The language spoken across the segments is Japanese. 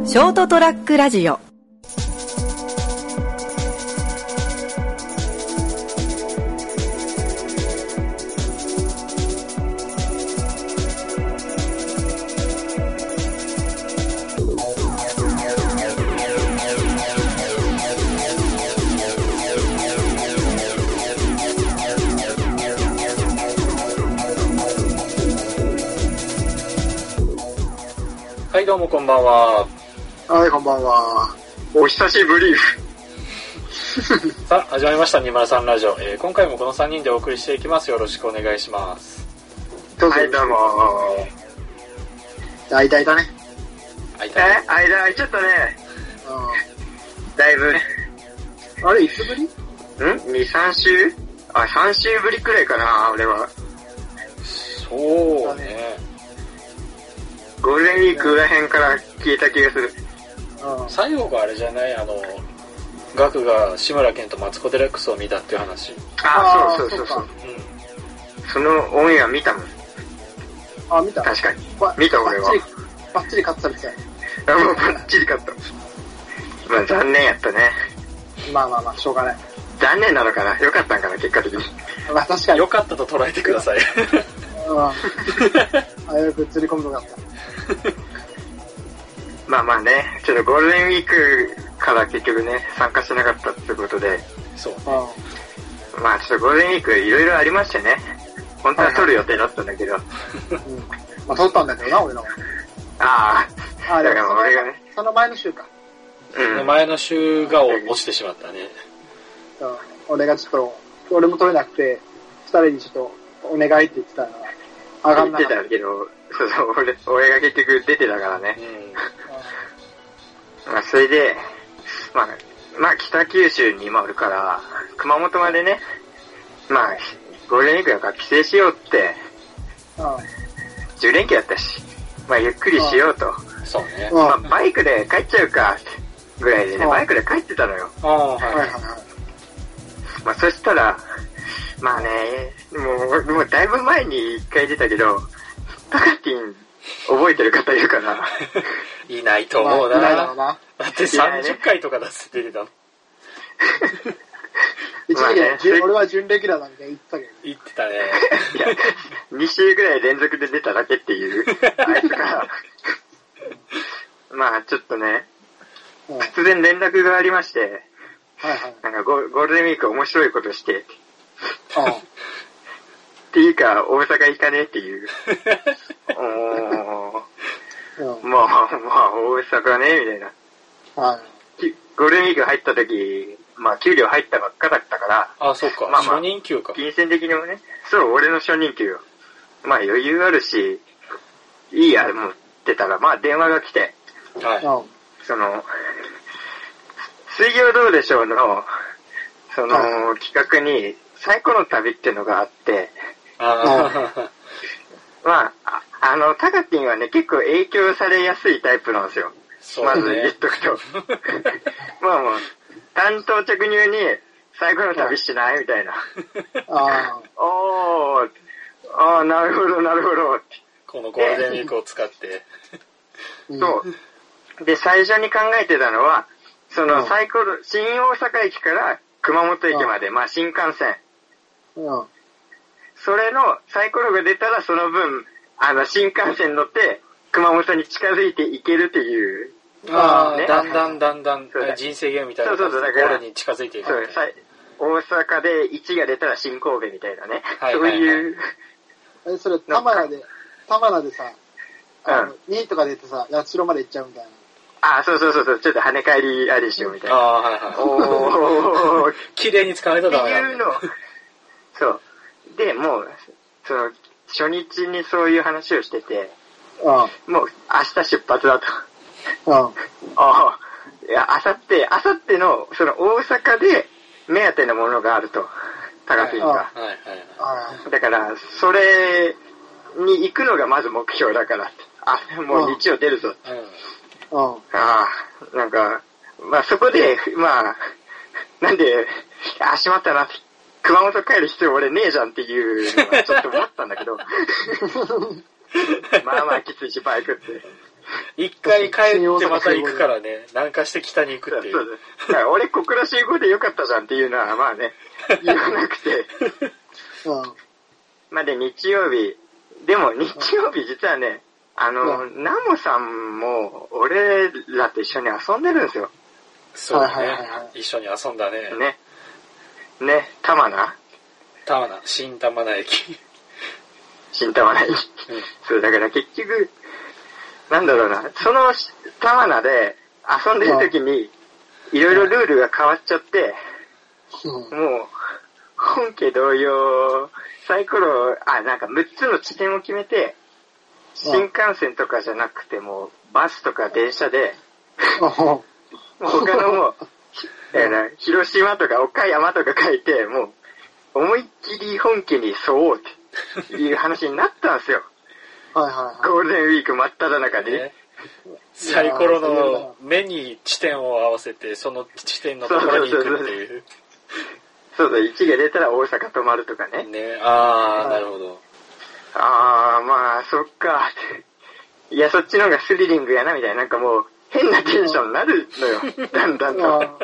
ショートトラックラジオ。 はい、どうもこんばんは。 はい、こんばんは。お久しぶり。 さあ、始まりました203ラジオ。今回もこの3人でお送りしていきます。よろしくお願いします。 どうぞ。はい、どうも。間だね。間空いちゃったね。だいぶね。あれ、いつぶり？2、3週3週ぶりくらいかな、俺は。 そうね。 ゴールデンウィークらへんから消えた気がする。 最後があれじゃない？ガクが志村けんとマツコ・デラックスを見たっていう話。 そう。そのオンエア見たもん。見た？確かに。見た俺は。バッチリカットされてたよ。もうバッチリカット。まあ残念やったね。まあ、しょうがない。残念なのかな？良かったんかな、結果的に。まあ確かに。 良かったと捉えてください。 早く釣り込むのがあった。まあね、ちょっとゴールデンウィークから結局ね、参加しなかったってことで。 そう。 まあちょっとゴールデンウィークいろいろありましてね。本当は撮る予定だったんだけど。まあ撮ったんだけどな、俺の。だから俺がね。その前の週か。 前の週が落ちてしまったね。 俺がちょっと、俺も撮れなくて、二人にちょっとお願いって言ってたら、上がんなかった。言ってたけど、俺が結局出てたからね。まあそれで、まあ北九州にもあるから、熊本までね、まあゴールデンウィークだから帰省しようって、10連休やったし、まあゆっくりしようと。 そうね。 まあバイクで帰っちゃうか、ぐらいでね、バイクで帰ってたのよ。まあそしたら、まあね、もうだいぶ前に一回出たけど、タカティン覚えてる方いるかな？ いないと思うな。 いないだろうな。 だって30回とか出して出てたの。 俺は準レギュラーなんで言ってたけど。 言ってたね。 いや、2週ぐらい連続で出ただけっていう、あいつが。まあちょっとね、突然連絡がありまして、なんかゴールデンウィーク面白いことして、っていうか、大阪行かねえっていう。まあ、大阪ね、みたいな。ゴールデンウィーク入った時、まあ、給料入ったばっかだったから。 そうか。 まあ、 初任給か。 金銭的にもね。そう、俺の初任給よ。まあ、余裕あるし、いいや、持ってたら、まあ、電話が来て。水曜どうでしょうの、企画に、サイコの旅ってのがあって、まあ、タカティンはね、結構影響されやすいタイプなんですよ。まず言っとくと。まあもう、単刀直入に、最後の旅しないみたいな。なるほど。 このゴールデンウィークを使って。 そう。で、最初に考えてたのは、新大阪駅から熊本駅まで、まあ新幹線。それのサイコロが出たらその分、新幹線乗って熊本に近づいていけるっていう。 だんだん人生ゲームみたいな。 だから。 ゴールに近づいていく。 大阪で1が出たら新神戸みたいなね。そういう。それ、田原でさ、2とか出てさ、八代まで行っちゃうみたいな。そう。ちょっと跳ね返りありしようみたいな。 綺麗に使われただろうな。 っていうの。そう。で、もう、初日にそういう話をしてて、もう明日出発だと。いや、明後日の、大阪で目当てのものがあると。タカティンが。だから、それに行くのがまず目標だから。もう日曜出るぞ。なんか、まあそこで、まあ、なんで、しまったなって。熊本帰る必要俺ねえじゃんっていうのはちょっと思ったんだけど。まあきついし、バイクって。 一回帰ってまた行くからね、南下して北に行くっていう。そうだから俺小倉集合でよかったじゃんっていうのは、まあね、言わなくて。まあで、日曜日、でも日曜日実はね、ナモさんも俺らと一緒に遊んでるんですよ。 そうね。一緒に遊んだね。 ね、玉名、 新玉名駅。 新玉名駅。そう、だから結局、なんだろうな、その玉名で遊んでる時に、いろいろルールが変わっちゃって、もう、本家同様、サイコロ、なんか6つの地点を決めて、新幹線とかじゃなくても、バスとか電車で、他のもう、広島とか岡山とか書いて、もう、思いっきり本家に沿おうっていう話になったんですよ。ゴールデンウィーク真っ只中で。 サイコロの目に地点を合わせて、その地点のところに行くっていう。 そうそう、1が出たら大阪泊まるとかね。 なるほど。 まあ、そっか。いや、そっちの方がスリリングやな、みたいな。なんかもう、変なテンションになるのよ。だんだんと。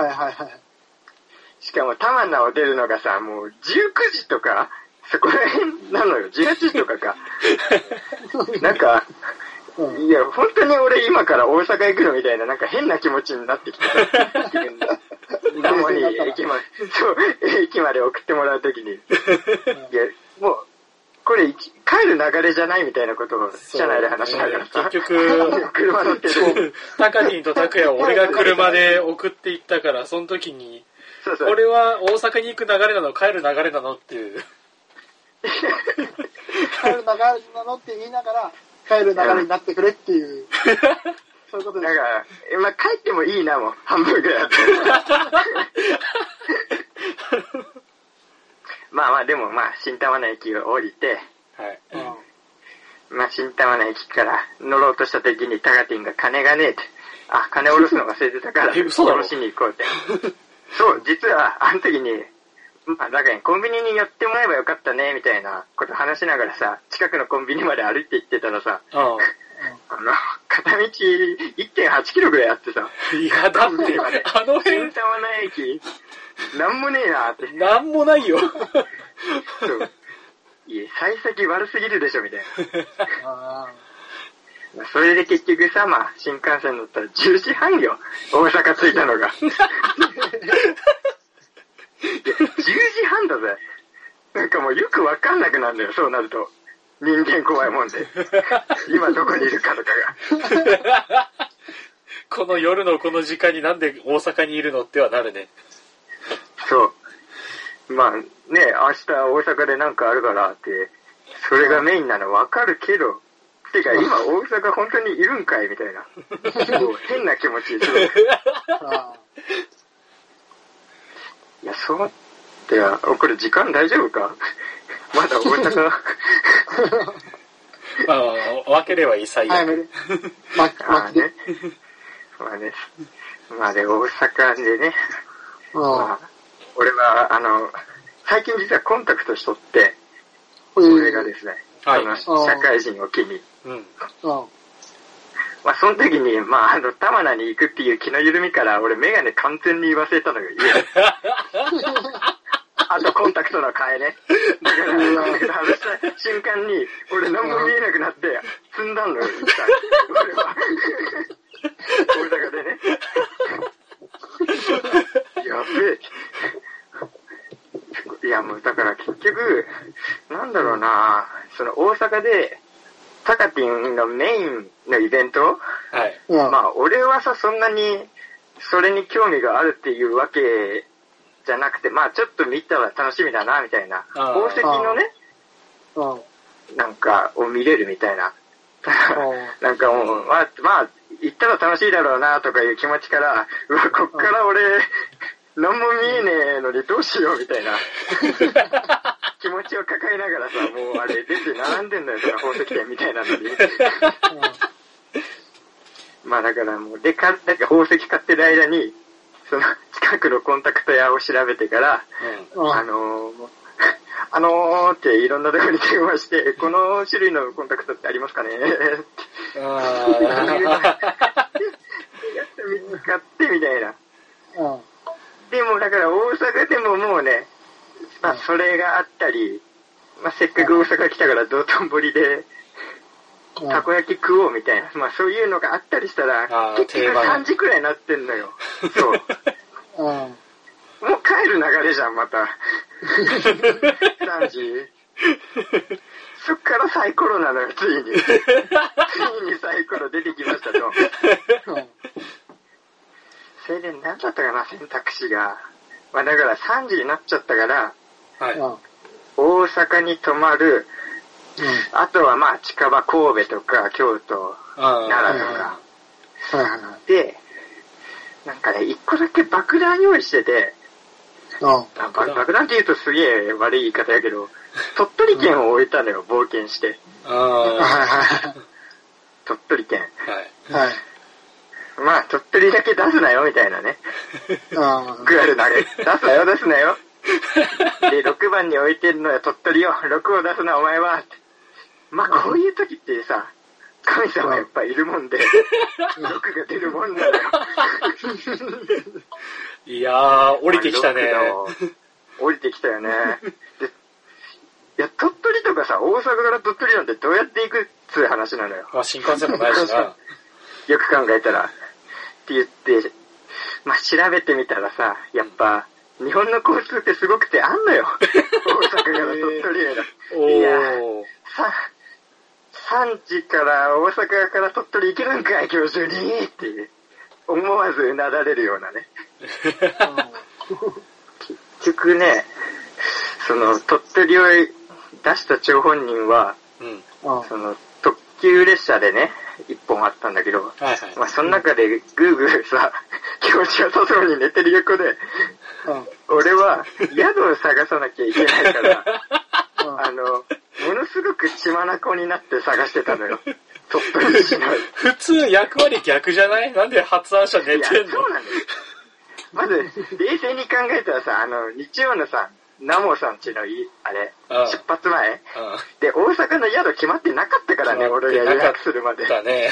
しかも、玉名を出るのがさ、もう、19時とか、そこら辺なのよ。18時とかか。なんか、いや、本当に俺今から大阪行くのみたいな、なんか変な気持ちになってきた。ナモに駅まで送ってもらうときに。いや、もう、これ帰る流れじゃないみたいなことを車内で話しながらさ。 結局、 車乗ってる。 タカティンとタクヤを俺が車で送って行ったから、その時に、俺は大阪に行く流れなの、帰る流れなのっていう。 帰る流れなのって言いながら、帰る流れになってくれっていう。そういうことです。 だから、まあ、帰ってもいいな、もう。半分ぐらいだった。まあ、でもまあ、新玉名駅を降りて、まあ、新玉名駅から乗ろうとした時にタカティンが金がねえって。金下ろすの忘れてたから、下ろしに行こうって。そう、実は、あの時に、まあ、だからコンビニに寄ってもらえばよかったね、みたいなこと話しながらさ、近くのコンビニまで歩いて行ってたらさ、片道 1.8 キロぐらいあってさ、 いや、だって、あの辺、 新玉名駅、なんもねえなって。 なんもないよ。そう。 いや、幸先悪すぎるでしょ、みたいな。それで結局さ、まあ、新幹線乗ったら10時半よ、大阪着いたのが。10時半だぜ。なんかもうよくわかんなくなるんだよ、そうなると。人間怖いもんで。今どこにいるかとかが。 この夜のこの時間になんで大阪にいるのってはなるね。 そう。まあね、明日大阪でなんかあるからって、それがメインなのわかるけど、てか今大阪本当にいるんかいみたいな。もう変な気持ちすごい。いや、そうってや、これ時間大丈夫かまだ大阪。 まあ、分ければいい、最悪。 まあね。まあで、大阪でね。まあ、俺は、最近実はコンタクトしとって、俺がですね、社会人を機に。まあ、その時に、まあ、玉名に行くっていう気の緩みから、俺メガネ完全に忘れたのが家で。あとコンタクトの替えね。だから、外した瞬間に、俺何も見えなくなって、積んだんだよ、俺は。大阪でね。やべえ。いや、もうだから結局、なんだろうな、その大阪で、タカティンのメインのイベント、まあ、俺はさ、そんなに、それに興味があるっていうわけじゃなくて、まあ、ちょっと見たら楽しみだな、みたいな。宝石のね、なんか、を見れるみたいな。なんかもう、まあ、行ったら楽しいだろうな、とかいう気持ちから、うわ、こっから俺、何も見えねえのにどうしよう、みたいな。気持ちを抱えながらさ、もうあれ、出て並んでんだよ、その宝石店みたいなのに。まあだからもう、なんか宝石買ってる間に、その近くのコンタクト屋を調べてから、っていろんなところに電話して、この種類のコンタクトってありますかねって見つかってみたいな。でもだから大阪でももうね、まあそれがあったり、まあせっかく大阪来たから道頓堀でたこ焼き食おうみたいな、まあそういうのがあったりしたら、結局3時くらいになってんのよ。そう。もう帰る流れじゃん、また。3時。そっからサイコロなのよ、ついに。ついにサイコロ出てきましたと。それで何だったかな、選択肢が。まあだから3時になっちゃったから、はい、大阪に泊まる、あとはまあ近場神戸とか京都、奈良とか。で、なんかね、一個だけ爆弾用意してて、爆弾って言うとすげえ悪い言い方やけど、鳥取県を置いたのよ、冒険して。鳥取県。はい。まあ、鳥取だけ出すなよ、みたいなね。グアル投げ。出すなよ、出すなよ。で、6番に置いてるのよ、鳥取を。6を出すな、お前は。って。まあ、こういう時ってさ、神様やっぱいるもんで、6が出るもんなのよ。 いやー、降りてきたね。 降りてきたよね。で、いや、鳥取とかさ、大阪から鳥取なんてどうやって行くっつう話なのよ。 まあ、新幹線もないしな。 よく考えたら。って言って、まあ、調べてみたらさ、やっぱ、日本の交通ってすごくてあんのよ。大阪から鳥取への。いや、3時から大阪から鳥取行けるんかい、今日中にっていう。思わずうなだれるようなね。結局ね、その鳥取を出した張本人は、その特急列車でね、一本あったんだけど、まあその中でぐーぐーさ、気持ちよさそうに寝てる横で、俺は宿を探さなきゃいけないから、ものすごく血眼になって探してたのよ。鳥取市内。 普通役割逆じゃない？なんで発案者寝てんの？ いや、そうなんだよ。まず、冷静に考えたらさ、日曜のさ、ナモさんちのあれ、出発前で、大阪の宿決まってなかったからね、俺が予約するまで。 だね。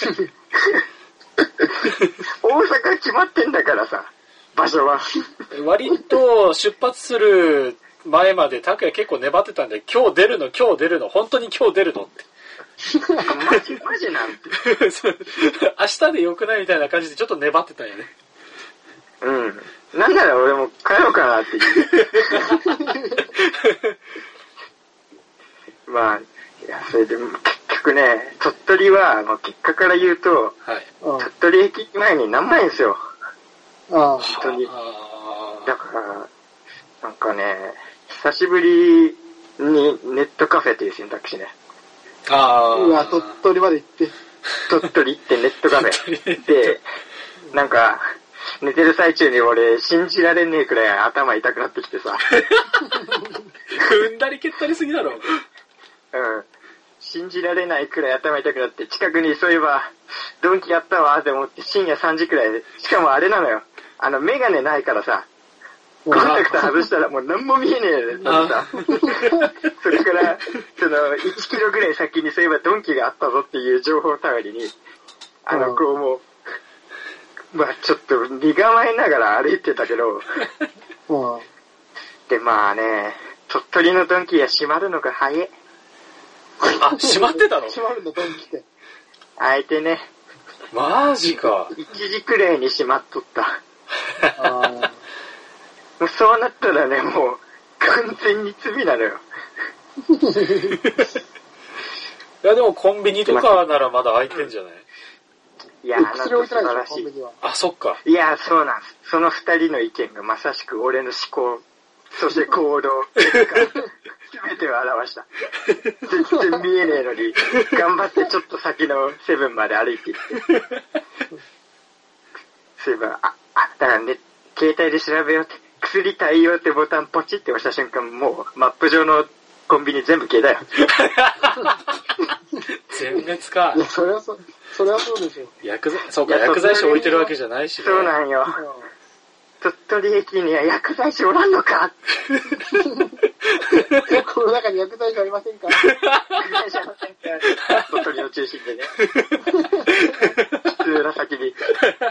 大阪決まってんだからさ、場所は。 割と出発する前まで拓也結構粘ってたんで、今日出るの、本当に今日出るのって。 マジなんて。 明日でよくないみたいな感じでちょっと粘ってたんよね。 うん。なんなら俺も帰ろうかなって言う。まあ、いや、それでも結局ね、鳥取は、もう結果から言うと、鳥取駅前に何万円ですよ。本当に。だから、なんかね、久しぶりにネットカフェという選択肢ね。 うわ、鳥取まで行って。 鳥取行ってネットカフェ。で、なんか、寝てる最中に俺、信じられねえくらい頭痛くなってきてさ。 踏んだり蹴ったりすぎだろ。 信じられないくらい頭痛くなって、近くにそういえば、ドンキやったわって思って深夜3時くらいで、しかもあれなのよ。メガネないからさ、コンタクト外したらもう何も見えねえのにさ。それから、1キロぐらい先にそういえばドンキがあったぞっていう情報頼りに、こうもう、まあちょっと身構えながら歩いてたけど、でまあね、鳥取のドンキは閉まるのが早い。 あ、閉まってたの？ 閉まるのドンキって。 開いてね。 マジか。 1時くらいに閉まっとった。もうそうなったらね、もう完全に罪なのよ。 いやでもコンビニとかならまだ開いてんじゃない？ いや、素晴らしい。 あ、そっか。 いや、そうなんです。その二人の意見がまさしく俺の思考、そして行動、すべてを表した。全然見えねえのに、頑張ってちょっと先のセブンまで歩いていって。そういえば、だからね、携帯で調べようって、薬対応ってボタンポチって押した瞬間、もうマップ上のコンビニ全部消えたよ。 全滅か。 いや、それはそうでしょ。 薬剤師置いてるわけじゃないしね。 そうなんよ。鳥取駅には薬剤師おらんのかこの中に薬剤師ありませんか？ 薬剤師ありませんか？鳥取の中心でね。普通の先に。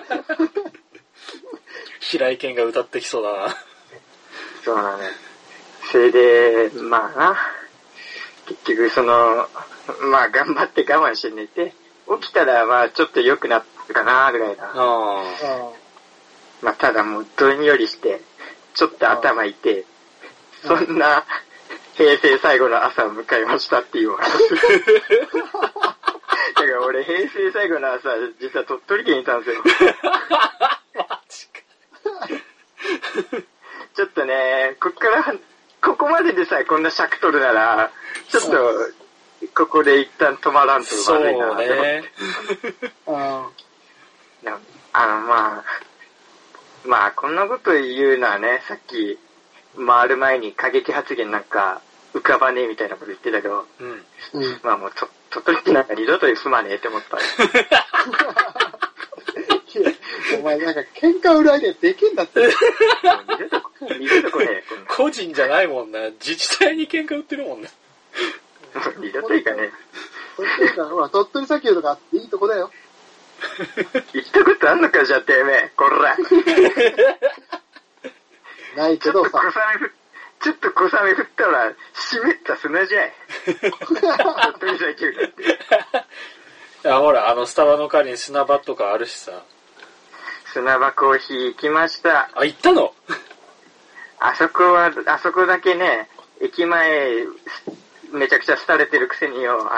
平井堅が歌ってきそうだな。 そうだね。それで、まあな、結局まあ頑張って我慢して寝て、起きたらまあちょっと良くなったかなぐらいな。まあただもうどんよりして、ちょっと頭痛い。そんな平成最後の朝を迎えましたっていうお話。だから俺平成最後の朝、実は鳥取県にいたんですよ。 マジか。 ちょっとね、ここまででさえこんな尺取るなら、ちょっと、ここで一旦止まらんとまずいなって思って。まあ、こんなこと言うのはね、さっき、回る前に過激発言なんか浮かばねえみたいなこと言ってたけど、まあもう鳥取ってなんか二度と住まねえって思った。 お前なんか喧嘩売る相手できんだって。 二度と来ねえ。 個人じゃないもんな。自治体に喧嘩売ってるもんね。 二度といかねえ。ほら、鳥取砂丘とかあっていいとこだよ。 行ったことあんのかじゃあてめえ、こら。 ないけどさ。 ちょっと小雨降ったら、湿った砂じゃい。鳥取砂丘だって。 いや、ほら、スタバの代わりに砂場とかあるしさ。 砂場コーヒー行きました。 あ、行ったの？ あそこだけね、駅前、めちゃくちゃ廃れてるくせによ、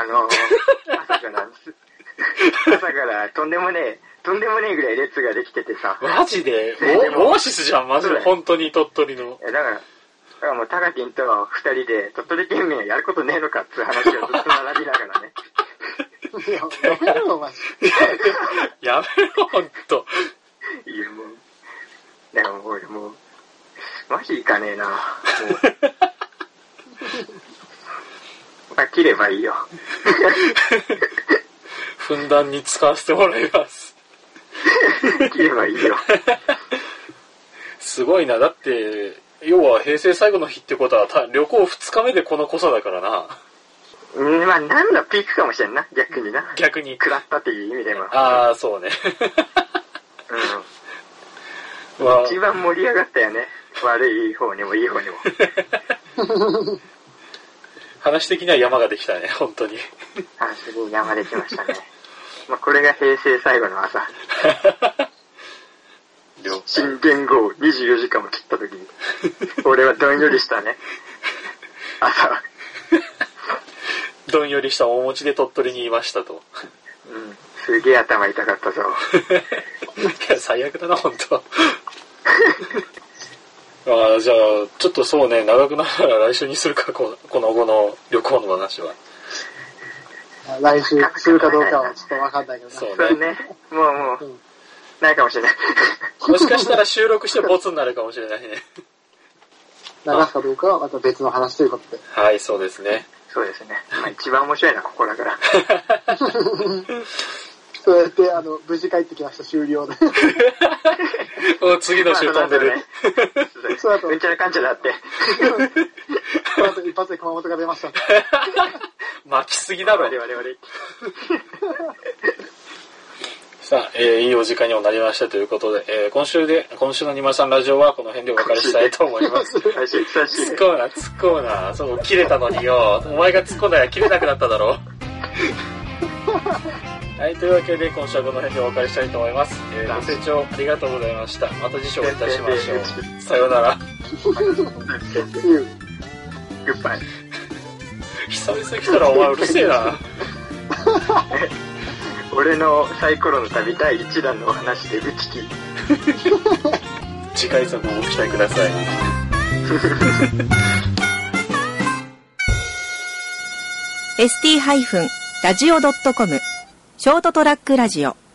朝からとんでもねえぐらい列ができててさ。 マジでオアシスじゃん、マジで。本当に鳥取の。 だからもう、タカティンと二人で、鳥取県民はやることねえのかっていう話をずっと並びながらね。 やめろよ、マジ。 やめろ、ほんと。 いや、もう、だからもう、マジいかねえな。もう。まあ、切ればいいよ。 ふんだんに使わせてもらいます。 切ればいいよ。 すごいな。だって、要は平成最後の日ってことは、旅行2日目でこの濃さだからな。 まあ、何のピークかもしれんな、逆にな。 逆に。 食らったっていう意味でも。 ああ、そうね。 一番盛り上がったよね。悪い方にもいい方にも。 話的には山ができたね、本当に。 話的に山できましたね。まあ、これが平成最後の朝。新元号24時間も切った時に、俺はどんよりしたね。朝。 どんよりした面持ちで鳥取にいましたと。 すげえ頭痛かったぞ。 いや、最悪だな、本当。じゃあ、ちょっとそうね、長くなったら来週にするか、この後の旅行の話は。 来週するかどうかはちょっとわかんないけどそうね。もう、ないかもしれない。 もしかしたら収録してボツになるかもしれないね。 流すかどうかはまた別の話ということで。 はい、そうですね。 そうですね。まあ、一番面白いのはここだから。 そうやって、無事帰ってきました、終了で。 次の週飛んでる。 そうだと。うんちゃらかんちゃらって。 その後一発で熊本が出ました。 巻きすぎだろ。 我々。 さあ、いいお時間にもなりましたということで、今週の203さんラジオはこの辺でお別れしたいと思います。突っ込むな。そう、切れたのによ。お前が突っ込んだら切れなくなっただろ。はい、というわけで今週はこの辺でお別れしたいと思います。ご清聴ありがとうございました。また次週お会いいたしましょう。さようなら。 グッバイ。 久々に来たらお前うるせえな。 俺のサイコロの旅第1弾のお話で打ち切り。 次回作もご期待ください。 st-radio.com ショートトラックラジオ